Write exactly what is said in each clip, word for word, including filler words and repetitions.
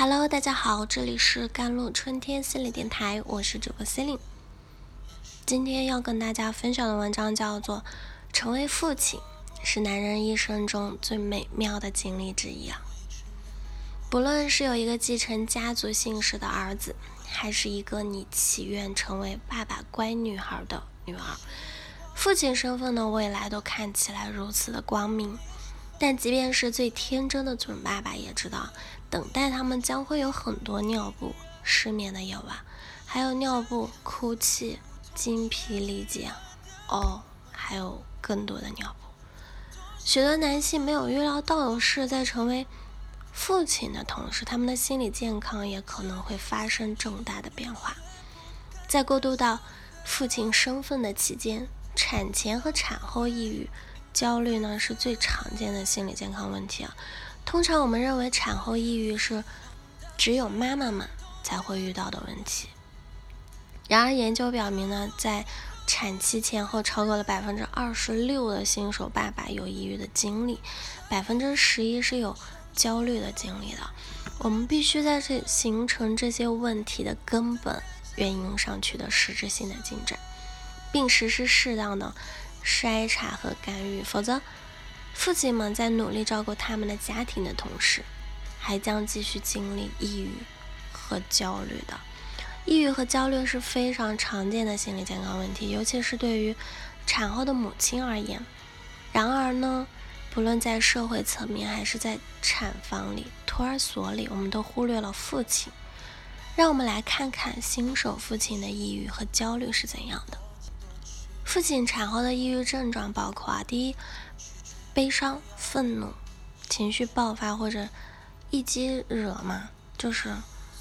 Hello，大家好，这里是甘露春天心理电台，我是主播 Celine。今天要跟大家分享的文章叫做《成为父亲是男人一生中最美妙的经历之一》啊。不论是有一个继承家族姓氏的儿子，还是一个你祈愿成为爸爸乖女孩的女儿，父亲身份的未来都看起来如此的光明。但即便是最天真的准爸爸也知道，等待他们将会有很多尿布、失眠的夜晚，还有尿布、哭泣、精疲力竭，哦，还有更多的尿布。许多男性没有预料到的是，在成为父亲的同时，他们的心理健康也可能会发生重大的变化。在过渡到父亲身份的期间，产前和产后抑郁、焦虑呢是最常见的心理健康问题啊。通常我们认为产后抑郁是只有妈妈们才会遇到的问题。然而研究表明呢，在产期前后超过了百分之二十六的新手爸爸有抑郁的经历，百分之十一是有焦虑的经历的。我们必须在这形成这些问题的根本原因上取得实质性的进展，并实施适当的筛查和干预，否则父亲们在努力照顾他们的家庭的同时，还将继续经历抑郁和焦虑的。抑郁和焦虑是非常常见的心理健康问题，尤其是对于产后的母亲而言。然而呢，不论在社会层面还是在产房里、托儿所里，我们都忽略了父亲。让我们来看看新手父亲的抑郁和焦虑是怎样的。父亲产后的抑郁症状包括啊，第一，悲伤、愤怒、情绪爆发或者一激惹嘛，就是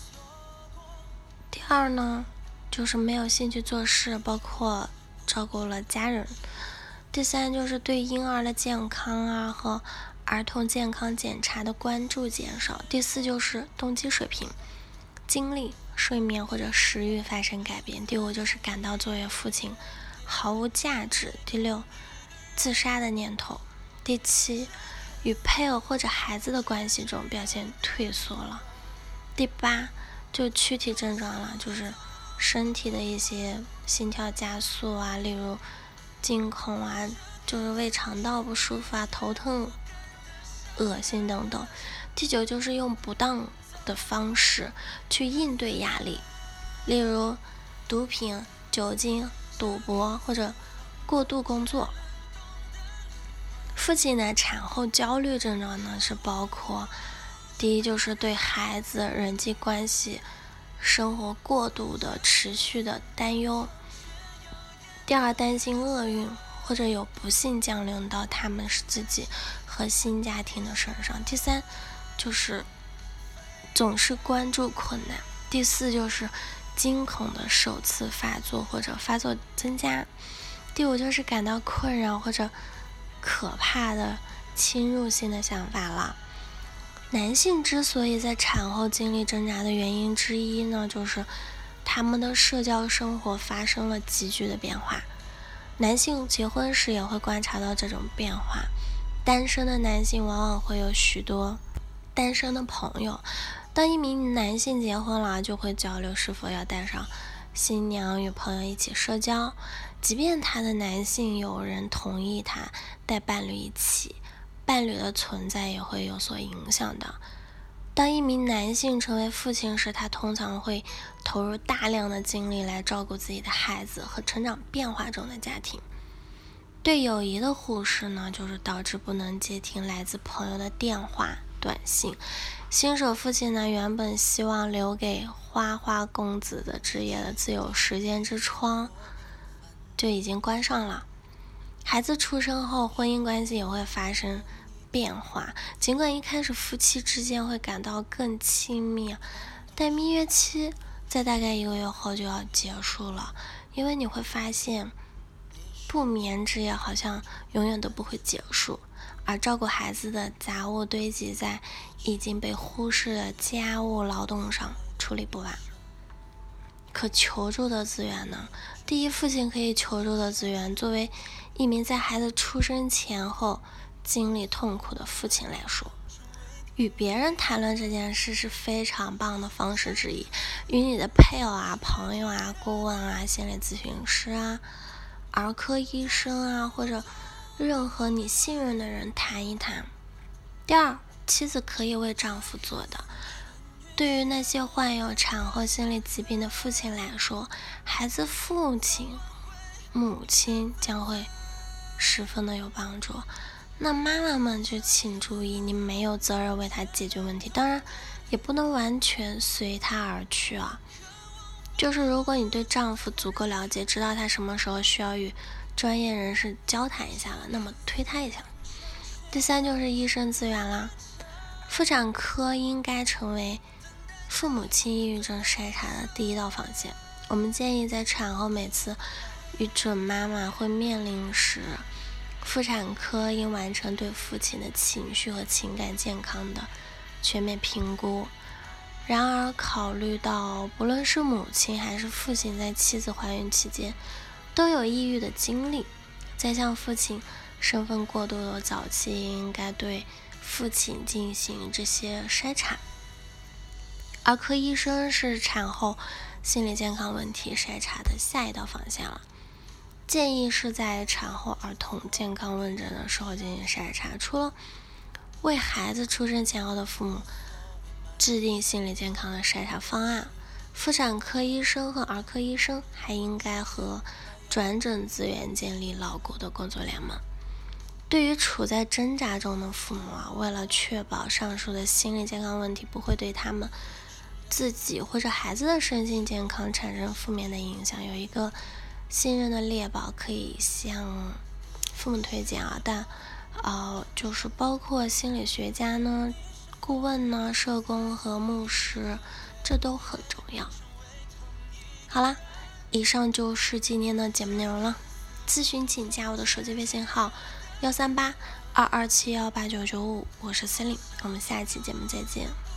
第二呢，就是没有兴趣做事，包括照顾了家人。第三就是对婴儿的健康啊和儿童健康检查的关注减少。第四就是动机水平、精力、睡眠或者食欲发生改变。第五就是感到作为父亲毫无价值。第六，自杀的念头。第七，与配偶或者孩子的关系中表现退缩了。第八，就躯体症状了，就是身体的一些心跳加速啊，例如惊恐啊，就是胃肠道不舒服啊，头疼、恶心等等。第九就是用不当的方式去应对压力，例如毒品、酒精、赌博或者过度工作。父亲的产后焦虑症状呢，是包括第一就是对孩子人际关系生活过度的持续的担忧，第二担心厄运或者有不幸降临到他们自己和新家庭的身上，第三就是总是关注困难，第四就是惊恐的首次发作或者发作增加，第五就是感到困扰或者可怕的侵入性的想法了。男性之所以在产后经历挣扎的原因之一呢，就是他们的社交生活发生了急剧的变化。男性结婚时也会观察到这种变化。单身的男性往往会有许多单身的朋友。当一名男性结婚了，就会交流是否要带上新娘与朋友一起社交，即便他的男性友人同意他带伴侣一起，伴侣的存在也会有所影响的。当一名男性成为父亲时，他通常会投入大量的精力来照顾自己的孩子和成长变化中的家庭。对友谊的忽视呢，就是导致不能接听来自朋友的电话、短信。新手父亲呢，原本希望留给花花公子的职业的自由时间之窗就已经关上了。孩子出生后，婚姻关系也会发生变化，尽管一开始夫妻之间会感到更亲密，但蜜月期在大概一个月后就要结束了，因为你会发现不眠之夜好像永远都不会结束，而照顾孩子的杂物堆积在已经被忽视的家务劳动上，处理不完。可求助的资源呢？第一，父亲可以求助的资源，作为一名在孩子出生前后经历痛苦的父亲来说， 与别人谈论这件事是非常棒的方式之一。与你的配偶啊、朋友啊、顾问啊、心理咨询师啊、儿科医生啊，或者任何你信任的人谈一谈。第二，妻子可以为丈夫做的。对于那些患有产后心理疾病的父亲来说，孩子父亲、母亲将会十分的有帮助。那妈妈们就请注意，你没有责任为他解决问题，当然也不能完全随他而去啊。就是如果你对丈夫足够了解，知道他什么时候需要与专业人士交谈一下了，那么推他一下。第三就是医生资源啦，妇产科应该成为父母亲抑郁症筛查的第一道防线。我们建议在产后每次与准妈妈会面临时，妇产科应完成对父亲的情绪和情感健康的全面评估。然而考虑到不论是母亲还是父亲在妻子怀孕期间都有抑郁的经历，在向父亲身份过渡的早期应该对父亲进行这些筛查。儿科医生是产后心理健康问题筛查的下一道防线了，建议是在产后儿童健康问诊的时候进行筛查。除了为孩子出生前后的父母制定心理健康的筛查方案，妇产科医生和儿科医生还应该和转诊资源建立牢固的工作联盟。对于处在挣扎中的父母啊，为了确保上述的心理健康问题不会对他们自己或者孩子的身心健康产生负面的影响，有一个信任的猎宝可以向父母推荐啊，但呃，就是包括心理学家呢、顾问呢、社工和牧师，这都很重要。好啦，以上就是今天的节目内容了。咨询请加我的手机微信号幺三八二二七幺八九九五，我是 Celine， 我们下期节目再见。